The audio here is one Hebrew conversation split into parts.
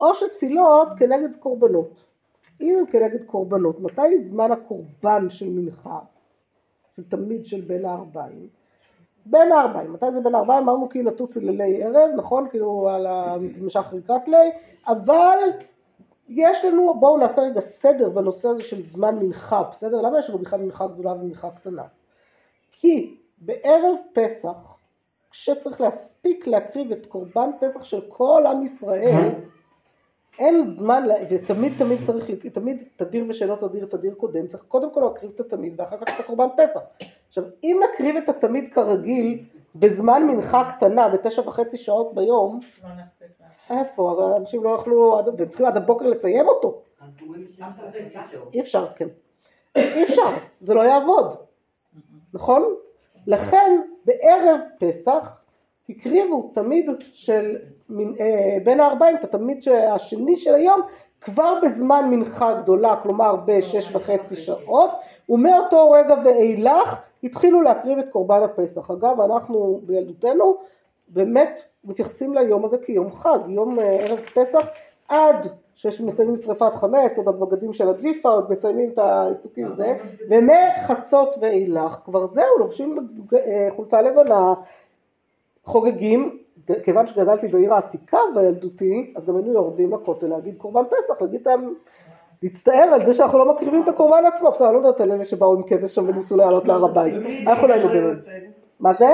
או שתפילות כנגד קורבנות. אם הם כנגד קורבנות, מתי זמן הקורבן של מנחה? של תמיד של בין הארבעים? בין הארבעים, מתי זה בין הארבעים? אמרנו כי נטוץ לילי ערב, נכון? כאילו על המשך ריקת לי, אבל יש לנו, בואו נעשה רגע סדר בנושא הזה של זמן מנחה, בסדר? למה יש לנו בכלל מנחה גדולה ומנחה קטנה? כי בערב פסח, כשצריך להספיק להקריב את קורבן פסח של כל עם ישראל, אין זמן, ותמיד צריך, תמיד תדיר ושאינו תדיר קודם, צריך קודם כל להקריב את התמיד ואחר כך את הקורבן פסח. עכשיו, אם נקריב את התמיד כרגיל, בזמן מנחה קטנה, ב9.5 שעות ביום, איפה? אנשים לא יכלו, והם צריכים עד הבוקר לסיים אותו. אי אפשר, כן. אי אפשר, זה לא יעבוד. נכון? לכן, בערב פסח, הקריבו תמיד של בין הארבעים, את התמיד השני של היום, כבר בזמן מנחה גדולה, כלומר ב6.5 שעות, ומאותו רגע ואילך התחילו להקריב את קורבן הפסח. אגב, אנחנו בילדותנו באמת מתייחסים ליום הזה כיום חג, יום ערב פסח, עד שמסיימים שריפת חמץ, עוד הבגדים של הג'יפה, עוד מסיימים את העיסוקים הזה, ומחצות ואילך, כבר זהו, לובשים חולצה לבנה, חוגגים, כיוון שגדלתי בעיר העתיקה בילדותי, אז גם היינו יורדים לכותל להגיד קורבן פסח, להגיד להם, להצטער על זה שאנחנו לא מקריבים את הקורבן עצמו, בסדר, אני לא יודעת על אלה שבאו עם כבש שם וניסו לעלות להר הבית, אנחנו לא היינו ביניהם. מה זה?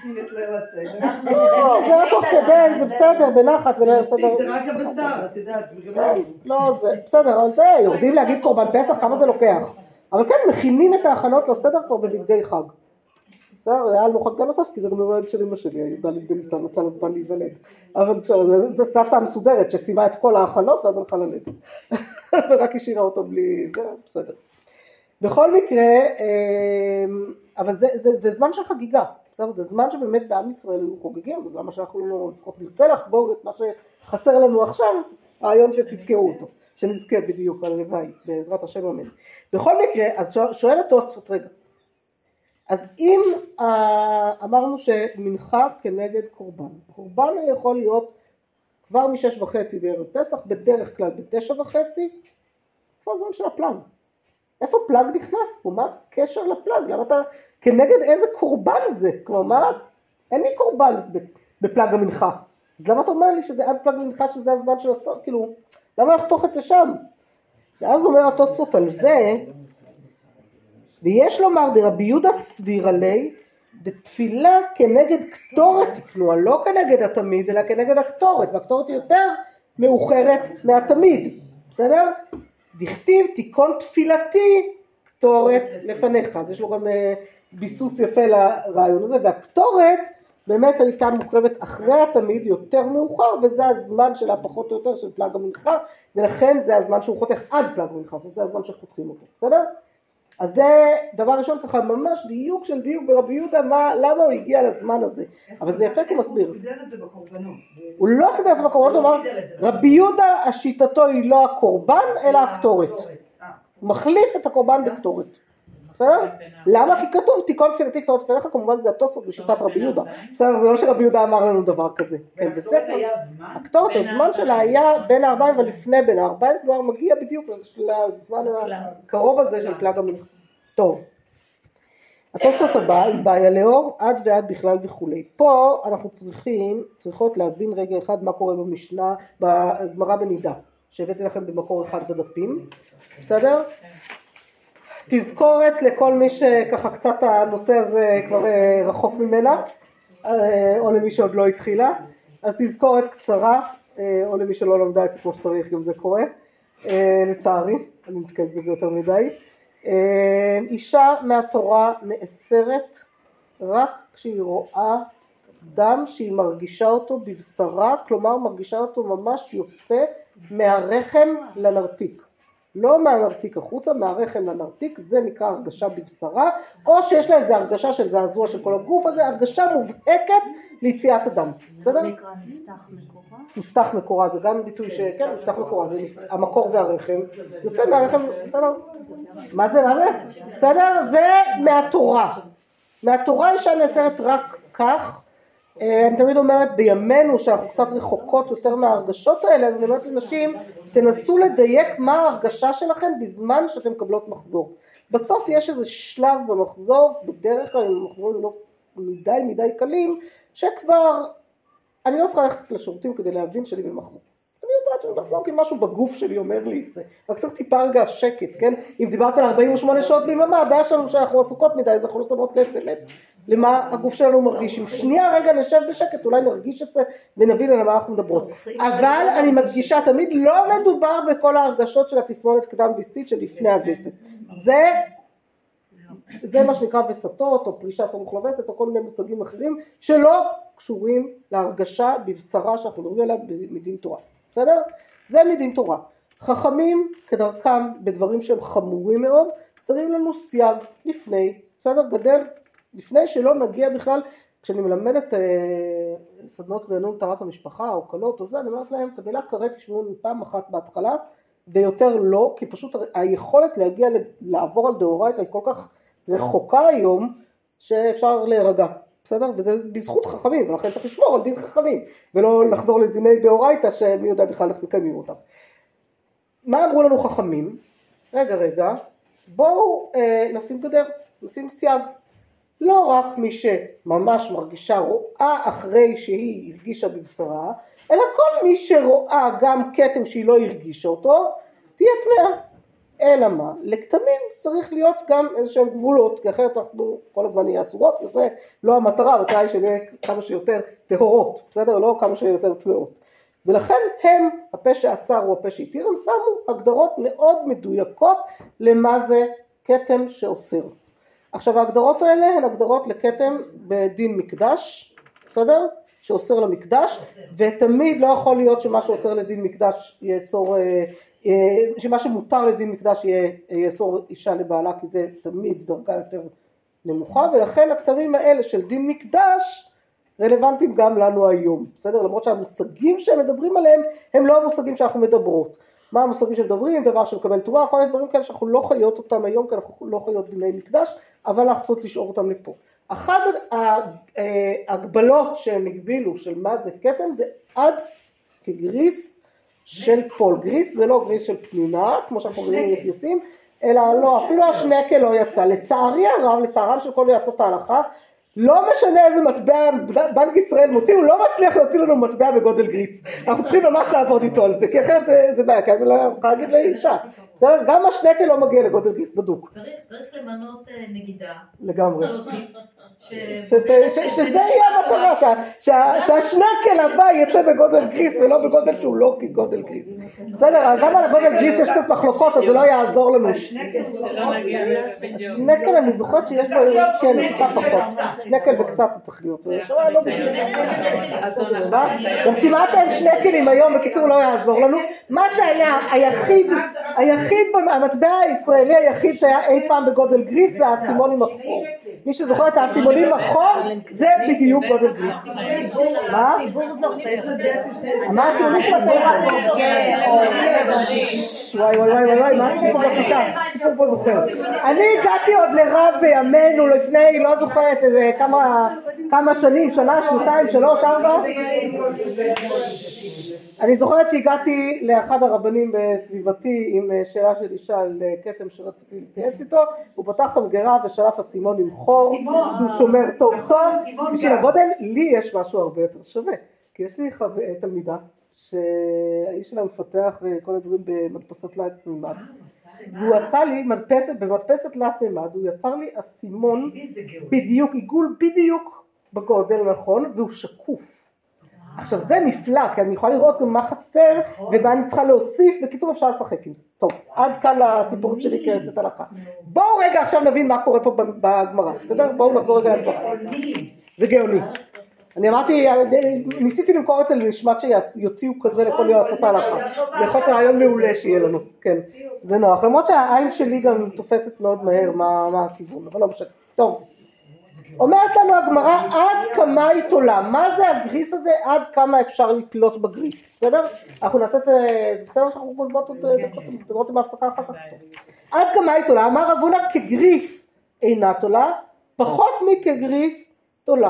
זה היה תוך כדי, זה בסדר, בנחת וליל הסדר. זה רק הבשר, את יודעת. לא, זה בסדר, אבל זה, יורדים להגיד קורבן פסח, כמה זה לוקח. אבל כן, מכינים את ההכנות לסדר כבר בבגדי חג. בסדר, היה לנו חג נוסף, כי זה גם הולד של אמא שלי, היו דלית בניסן, מצא לזמן להיוולד. אבל זה סבתא המסודרת, שסיימה את כל ההכנות, ואז הלכה ללדת. ורק השאירה אותו בלי, זה בסדר. בכל מקרה, אבל זה זמן של חגיגה, בסדר? זה זמן שבאמת בעם ישראל היו חוגגים, זה למה שאנחנו לא לפחות נרצה לחגוג את מה שחסר לנו עכשיו, הרעיון שתזכרו אותו, שנזכה בדיוק על הלוואי, בעזרת השם אמן. בכל מקרה, אז שואל התוספות רגע, אז אם אמרנו שמנחה כנגד קורבן, קורבן יכול להיות כבר מ6:30 בערב פסח, בדרך כלל ב9:30, איפה הזמן של הפלאג? איפה פלאג נכנס פה? מה הקשר לפלאג? למה אתה, כנגד איזה קורבן זה? כלומר, אין לי קורבן בפלאג המנחה. אז למה אתה אומר לי שזה עד פלאג המנחה שזה הזמן של הסוף? כאילו, למה לחתוך את זה שם? ואז אומר התוספות על זה, ויש לומר דרבי יהודה סביר עלי, בתפילה כנגד קטורת תקנוה, לא כנגד התמיד, אלא כנגד הקטורת, והקטורת היא יותר מאוחרת מהתמיד, בסדר? דכתיב תיקון תפילתי קטורת לפניך, אז יש לו גם ביסוס יפה לרעיון הזה, והקטורת באמת הייתה מוקרבת אחרי התמיד יותר מאוחר, וזה הזמן שלה פחות או יותר של פלאג המנחה, ולכן זה הזמן שהוא חותך עד פלאג המנחה, זאת אומרת זה הזמן שחותכים אותו, בסדר? אז זה דבר ראשון ככה ממש דיוק של דיוק ברבי יהודה, למה הוא הגיע לזמן הזה, אבל זה יפה כי מסביר. הוא סידר את זה בקורבנות. הוא לא סידר את זה בקורבנות, הוא אמר, רבי יהודה השיטתו היא לא הקורבן אלא הקטורת. הוא מחליף את הקורבן בקטורת. בסדר? למה? כי כתוב תיקון תפילתי קטורת לפניך, כמובן זה התוספות בשיטת רבי יהודה. בסדר, זה לא שרבי יהודה אמר לנו דבר כזה. הקטורת, הזמן שלה היה בין הארבעים ולפני בין הארבעים, כלומר מגיע בדיוק לזמן הקרוב הזה של פלאג המנחה. טוב. התוספות הבאה היא בעיה לאור, עד ועד בכלל וכולי. פה אנחנו צריכות להבין רגע אחד מה קורה במשנה, בגמרא בנידה, שהבאתי לכם במקור אחד בדפים. בסדר? תזכורת לכל מי שככה קצת הנושא הזה כבר רחוק ממנה, או למי שעוד לא התחילה, אז תזכורת קצרה, או למי שלא למדה את זה כמו שצריך, גם זה קורה, לצערי, אני מתקלת בזה יותר מדי. אישה מהתורה נאסרת רק כשהיא רואה דם שהיא מרגישה אותו בבשרה, כלומר מרגישה אותו ממש יוצא מהרחם לנרתיק. לא מהנרתיק החוצה, מהרחם לנרתיק, זה נקרא הרגשה בבשרה, או שיש לה איזו הרגשה של זעזוע של כל הגוף הזה, הרגשה מובהקת ליציאת הדם. בסדר? זה נקרא נפתח מקורה? נפתח מקורה, זה גם ביטוי שכן, נפתח מקורה, המקור זה הרחם, יוצא מהרחם, בסדר? מה זה? בסדר? זה מהתורה. מהתורה אישה נאסרת רק כך, אני תמיד אומרת בימינו שאנחנו קצת רחוקות יותר מההרגשות האלה, אז אני אומרת לנשים, תנסו לדייק מה ההרגשה שלכם בזמן שאתם מקבלות מחזור. בסוף יש איזה שלב במחזור, בדרך כלל עם מחזורים לא מדי קלים, שכבר אני לא צריכה ללכת לשירותים כדי להבין שאני במחזור. אני יודעת שאני במחזור כי משהו בגוף שלי אומר לי את זה. רק צריך טיפה רגע שקט, כן? אם דיברת על 48 שעות ביממה, הבעיה שלנו שאנחנו עסוקות מדי, אז אנחנו לא שמות לב באמת למה הגוף שלנו מרגיש. אם שנייה רגע נשב בשקט, אולי נרגיש את זה ונבין על מה אנחנו מדברות. אבל אני מדגישה, תמיד לא מדובר בכל ההרגשות של התסמונת קדם וסתית של לפני הווסת. זה מה שנקרא וסתות או פרישה סמוך לווסת או כל מיני מושגים אחרים שלא קשורים להרגשה בבשרה שאנחנו מדברים עליה מדין תורה. בסדר? זה מדין תורה. חכמים כדרכם בדברים שהם חמורים מאוד, שמים לנו סייג לפני, בסדר? גדר לפני שלא נגיע בכלל, כשאני מלמדת סדנות רענון טהרת המשפחה או קלות או זה, אני אומרת להם, את המילה כרת תשמעו פעם אחת בהתחלה ויותר לא, כי פשוט היכולת להגיע לעבור על דאורייתא היא כל כך רחוקה היום שאפשר להירגע, בסדר? וזה בזכות חכמים, ולכן צריך לשמור על דין חכמים ולא לחזור לדיני דאורייתא שמי יודע בכלל איך מקיימים אותם. מה אמרו לנו חכמים? רגע, בואו נשים גדר, נשים סייג. לא רק מי שממש מרגישה רואה אחרי שהיא הרגישה בבשרה, אלא כל מי שרואה גם כתם שהיא לא הרגישה אותו, תהיה טמאה. אלא מה? לכתמים צריך להיות גם איזשהם גבולות, כי אחרת אנחנו כל הזמן נהיה אסורות, וזה לא המטרה, המטרה היא שנהיה כמה שיותר טהורות, בסדר? לא כמה שיותר טמאות. ולכן הם, הפה שאסר או הפה שהתיר, הם שמו הגדרות מאוד מדויקות למה זה כתם שאוסר. עכשיו ההגדרות האלה הן הגדרות לכתם בדין מקדש, בסדר? שאוסר למקדש, ותמיד לא יכול להיות שמה שאוסר לדין מקדש יאסור, שמה שמותר לדין מקדש יאסור אישה לבעלה, כי זה תמיד דרגה יותר נמוכה, ולכן הכתמים האלה של דין מקדש רלוונטיים גם לנו היום, בסדר? למרות שהמושגים שהם מדברים עליהם הם לא המושגים שאנחנו מדברות. מה המושגים שמדברים? דבר שמקבל תורה, כל מיני דברים כאלה שאנחנו לא חיות אותם היום, כי אנחנו לא חיות דיני מקדש, אבל אנחנו צריכות לשאוב אותם לפה. אחת ההגבלות שהם הגבילו של מה זה כתם, זה עד כגריס של פול. גריס זה לא גריס של פנינה, כמו שאנחנו רואים לגריסים, אלא לא, אפילו השנקל לא יצא. לצערי הרב, לצערם של כל יועצות ההלכה, לא משנה איזה מטבע בנק ישראל מוציא, הוא לא מצליח להוציא לנו מטבע בגודל גריס. אנחנו צריכים ממש לעבוד איתו על זה, כי אחרת זה בעיה, כי אז זה לא יכול להגיד לאישה. בסדר? גם השנקל לא מגיע לגודל גריס, בדוק. צריך למנות נגידה. לגמרי. שזה יהיה המטרה, שהשנקל הבא יצא בגודל גריס ולא בגודל שהוא לא כגודל גריס. בסדר? גם על הגודל גריס יש קצת מחלוקות, אז זה לא יעזור לנו. השנקל אני זוכרת שיש בו, כן, טיפה פחות. שנקל וקצת זה צריך להיות. לא בדיוק. גם כמעט אין שנקלים היום, בקיצור לא יעזור לנו. מה שהיה היחיד, המטבע הישראלי היחיד שהיה אי פעם בגודל גריס זה האסימון עם החור. מי שזוכר את האסימונים החור זה בדיוק גודל גריס. מה? ציבור זוכר. מה האסימונים של התורה? וואי, מה הסיפור בכיתה? סיפור פה זוכר. אני הגעתי עוד לרב בימינו לפני, לא זוכרת איזה כמה שנים, שנה, שנתיים, 3, 4. אני זוכרת שהגעתי לאחד הרבנים בסביבתי עם שאלה של אישה על כתם שרציתי להתייעץ איתו, הוא פתח את המגירה ושלף אסימון עם חור, שהוא שומר טוב, בשביל הגודל, לי יש משהו הרבה יותר שווה, כי יש לי תלמידה שהאיש שלה מפתח כל הדברים במדפסת תלת מימד, והוא עשה לי במדפסת תלת מימד, הוא יצר לי אסימון בדיוק, עיגול בדיוק בגודל נכון, והוא שקוף. עכשיו זה נפלא, כי אני יכולה לראות מה חסר ומה אני צריכה להוסיף, בקיצור אפשר לשחק עם זה. טוב, עד כאן לסיפורים שלי כיועצת הלכה. בואו רגע עכשיו נבין מה קורה פה בגמרא, בסדר? בואו נחזור רגע לגמרא. זה גאוני. אני אמרתי, ניסיתי למכור את זה לנשמת שיוציאו כזה לכל יועצות ההלכה. זה יכול להיות רעיון מעולה שיהיה לנו, כן. זה נוח, למרות שהעין שלי גם תופסת מאוד מהר מה הכיוון, אבל לא משנה. טוב. אומרת לנו הגמרא עד כמה היא תולה, מה זה הגריס הזה, עד כמה אפשר לתלות בגריס, בסדר? אנחנו נעשה את זה, זה בסדר שאנחנו גולבות עוד דקות מסתדרות עם ההפסקה אחר כך. עד כמה היא תולה, אמר רב הונא כגריס אינה תולה, פחות מכגריס תולה.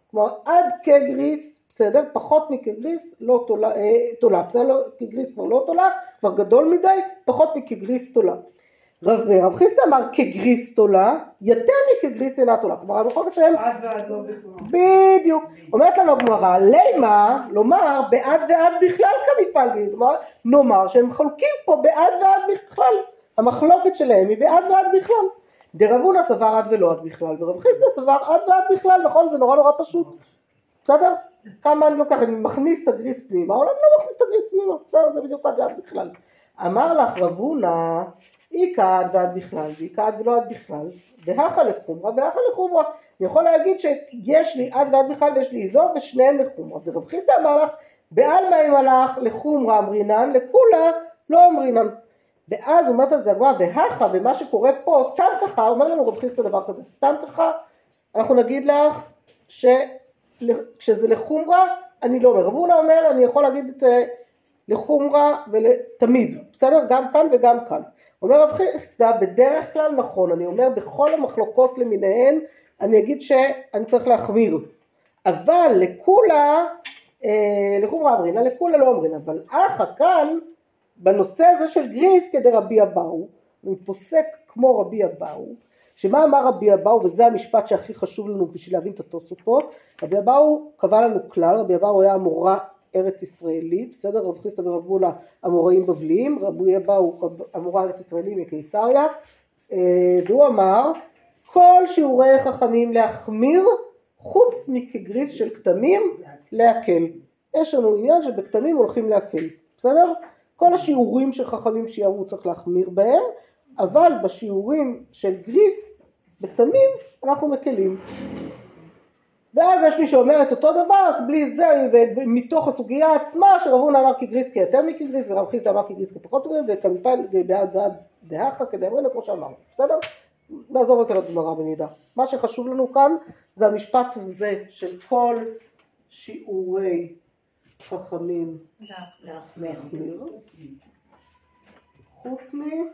כלומר עד כגריס, בסדר, פחות מכגריס לא תולה, בסדר, כגריס כבר לא תולה, כבר גדול מדי, פחות מכגריס תולה. רב חיסדא אמר כגריס תולה, יותר מכגריס אינה תולה, כלומר המחלוקת שלהם עד ועד לא בכלל. בדיוק, אומרת לנו הגמרא, למה לומר בעד ועד בכלל כמפלגים, כלומר נאמר שהם חולקים פה בעד ועד בכלל, המחלוקת שלהם היא בעד ועד בכלל, דרב הונא סבר עד ולא עד בכלל, ורב חיסדא סבר עד ועד בכלל, נכון, זה נורא פשוט, בסדר? כמה אני לוקח, אני מכניס את הגריס פנימה, או אני לא מכניס את הגריס פנימה, בסדר, זה בדיוק עד ועד בכלל. אמר לך רב הונא, איקא עד ועד בכלל, ואיקא עד ולא עד בכלל, והכה לחומרה, והכה לחומרה. אני יכול להגיד שיש לי עד ועד בכלל ויש לי זו ושניהם לחומרה. ורב חיסדא אמר לך, בעלמא אם הלך לחומרה אמרינן, לכולה לא אמרינן. ואז אומרת על זה הגמרא, והכה, ומה שקורה פה, סתם ככה, אומר לנו רב חיסדא דבר כזה, סתם ככה, אנחנו נגיד לך כשזה לחומרה, אני לא אומר. רב הונא אומר, אני יכול להגיד את זה לחומרה ולתמיד, בסדר? גם כאן וגם כאן. אומר רב חיסדא, בדרך כלל נכון, אני אומר בכל המחלוקות למיניהן, אני אגיד שאני צריך להחמיר, אבל לכולה, לחומרה אמרינן, לכולה לא אמרינן, אבל כאן, בנושא הזה של גריס כדי רבי אבאו, אני פוסק כמו רבי אבאו, שמה אמר רבי אבאו, וזה המשפט שהכי חשוב לנו בשביל להבין את התוספות, רבי אבאו קבע לנו כלל, רבי אבאו היה אמורא ארץ ישראלי, בסדר? רב חיסדא ורב הונא אמוראים בבליים, רבי אבאו אמורא ארץ ישראלי מקיסריה, והוא אמר, כל שיעורי חכמים להחמיר, חוץ מכגריס של כתמים, להקל. יש לנו עניין שבכתמים הולכים להקל, בסדר? כל השיעורים של חכמים שיערו צריך להחמיר בהם, אבל בשיעורים של גריס, בכתמים, אנחנו מקלים. ואז יש מי שאומר את אותו דבר, בלי זה, מתוך הסוגיה עצמה, שרב הונא אמר כגריס כיותר מכגריס, ורב חיסדא אמר כגריס כפחות מכגריס, ובעד ועד דהכה כדאמרינן, כמו שאמרנו, בסדר? נעזור רק על הגמרא ונדע. מה שחשוב לנו כאן, זה המשפט הזה, של כל שיעורי חכמים להחמיר, חוץ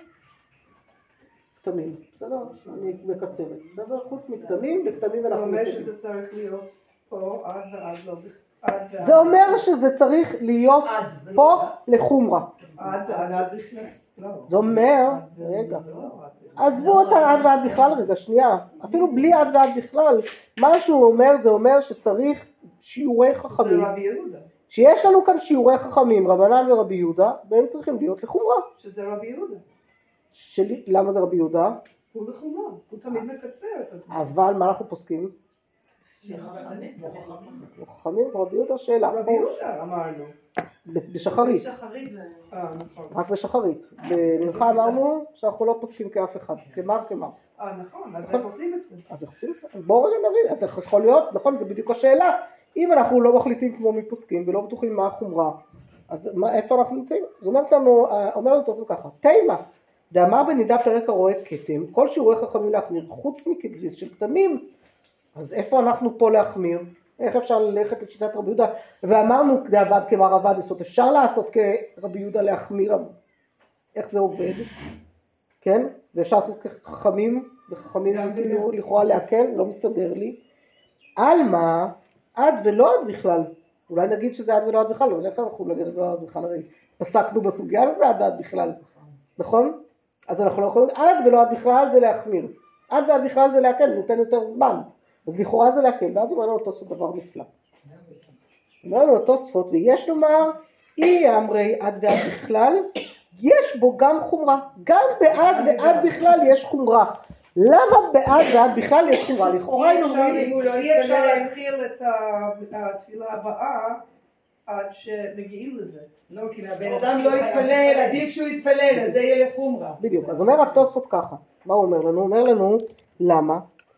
מכתמים, בסדר? אני מקצרת, בסדר? חוץ מכתמים, בכתמים אנחנו זה אומר מקלים. שזה צריך להיות פה עד ועד לא בכלל. זה אומר שזה צריך להיות פה לחומרה. עד ועד בכלל. לא. זה אומר, רגע, עזבו אותה עד ועד בכלל רגע, שנייה, אפילו בלי עד ועד בכלל, מה שהוא אומר, זה אומר שצריך שיעורי חכמים. זה רבי יהודה. שיש לנו כאן שיעורי חכמים, רבנן ורבי יהודה, והם צריכים להיות לחומרה. שזה רבי יהודה. למה זה רבי יהודה? הוא לחומרה, הוא תמיד מקצר את הזמן. אבל מה אנחנו פוסקים? חכמים, רבי יהודה שאלה. רבי יהודה אמרנו. בשחרית. בשחרית זה. נכון. רק בשחרית. במנחה אמרנו שאנחנו לא פוסקים כאף אחד, כמר. נכון, אז איך עושים את זה? אז בואו רגע נבין, אז איך יכול להיות, נכון, זה בדיוק השאלה, אם אנחנו לא מחליטים כמו מפוסקים ולא בטוחים מה החומרה, אז איפה אנחנו נמצאים? אז אומר לנו תעשו ככה, תימה, דאמר בנידה פרק הרואה כתם, כל שיעורי חכמים להחמיר, חוץ מכגריס של כתמים, אז איפה אנחנו פה להחמיר? איך אפשר ללכת לשיטת רבי יהודה? ואמרנו דעבד כמר עבד, זאת אומרת, אפשר לעשות כרבי יהודה להחמיר, אז איך זה עובד? כן? ואפשר לעשות כחכמים, וחכמים כאילו לכאורה להקל, זה לא מסתדר לי. אלמה, עד ולא עד בכלל. אולי נגיד שזה עד ולא עד בכלל, אבל איך אנחנו נגיד עד ולא עד בכלל? הרי פסקנו בסוגיה שזה עד ועד בכלל, נכון? אז אנחנו לא יכולים, עד ולא עד בכלל זה להחמיר. עד ועד בכלל זה להקל, נותן יותר זמן. אז לכאורה זה להקל, ואז הוא אומר לנו תוספות דבר נפלא. הוא אומר לנו תוספות, ויש לומר, אי אמרי עד ועד בכלל, יש בו גם חומרה. גם בעד ועד בכלל יש חומרה. למה בעד ועד בכלל יש חומרה? לכאורה היינו אומרים, אי אפשר להתחיל את התפילה הבאה עד שמגיעים לזה. לא, כי הבן אדם לא יתפלל, עדיף שהוא יתפלל, אז זה יהיה לחומרה. בדיוק, אז אומר התוספות ככה, מה הוא אומר לנו? הוא אומר לנו, למה?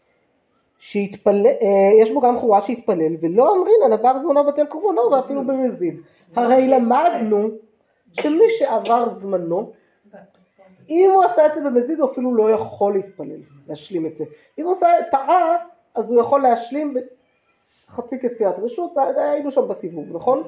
יש בו גם חומרה שהתפלל, ולא אמרינן עבר זמנו בטל קורבנו, ואפילו במזיד. הרי למדנו שמי שעבר זמנו, אם הוא עשה את זה במזיד, הוא אפילו לא יכול להתפלל, להשלים את זה. אם הוא עשה טעה, אז הוא יכול להשלים חצי כתפילת רשות, היינו שם בסיבוב, נכון?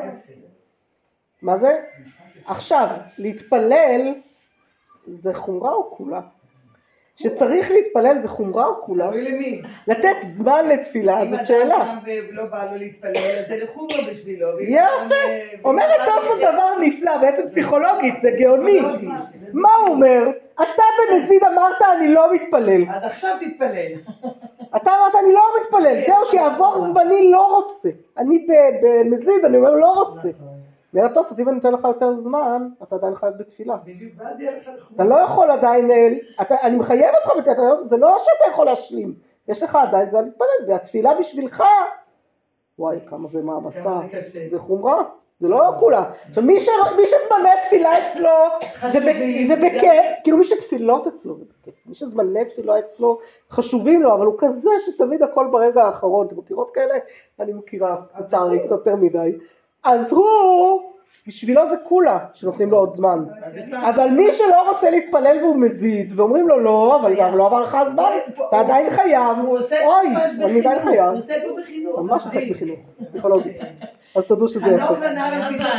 מה זה? עכשיו, להתפלל זה חומרה או כולה? שצריך להתפלל זה חומרה או כולה? תלוי למי. לתת זמן לתפילה, זאת שאלה. אם אדם קם ולא בא לו להתפלל, אז זה לחומרה בשבילו. יפה, אומרת תוספות דבר נפלא, בעצם פסיכולוגית, זה גאוני. מה הוא אומר? אתה במזיד אמרת אני לא מתפלל. אז עכשיו תתפלל. אתה אמרת אני לא מתפלל, זהו שיעבור זמני לא רוצה. אני במזיד, אני אומר לא רוצה. אומרת תוספות, אם אני נותן לך יותר זמן, אתה עדיין חייב בתפילה. בדיוק, ואז יהיה לך לחומרה. אתה לא יכול עדיין, אני מחייב אותך, זה לא שאתה יכול להשלים. יש לך עדיין זמן להתפלל, והתפילה בשבילך, וואי כמה זה מעמסה, זה חומרה, זה לא כולה. עכשיו מי שזמני תפילה אצלו, זה בכיף, כאילו מי שתפילות אצלו זה בכיף, מי שזמני תפילה אצלו חשובים לו, אבל הוא כזה שתמיד הכל ברגע האחרון, אתם מכירות כאלה? אני מכירה, לצערי קצת יותר מדי. אז הוא, בשבילו זה כולה, שנותנים לו עוד זמן. אבל מי שלא רוצה להתפלל והוא מזיד, ואומרים לו לא, אבל לא עבר לך הזמן, אתה עדיין חייב. אוי, אני עדיין חייב. הוא עושה פה בחינוך. ממש עושה בחינוך, פסיכולוגי. אז תדעו שזה יפה.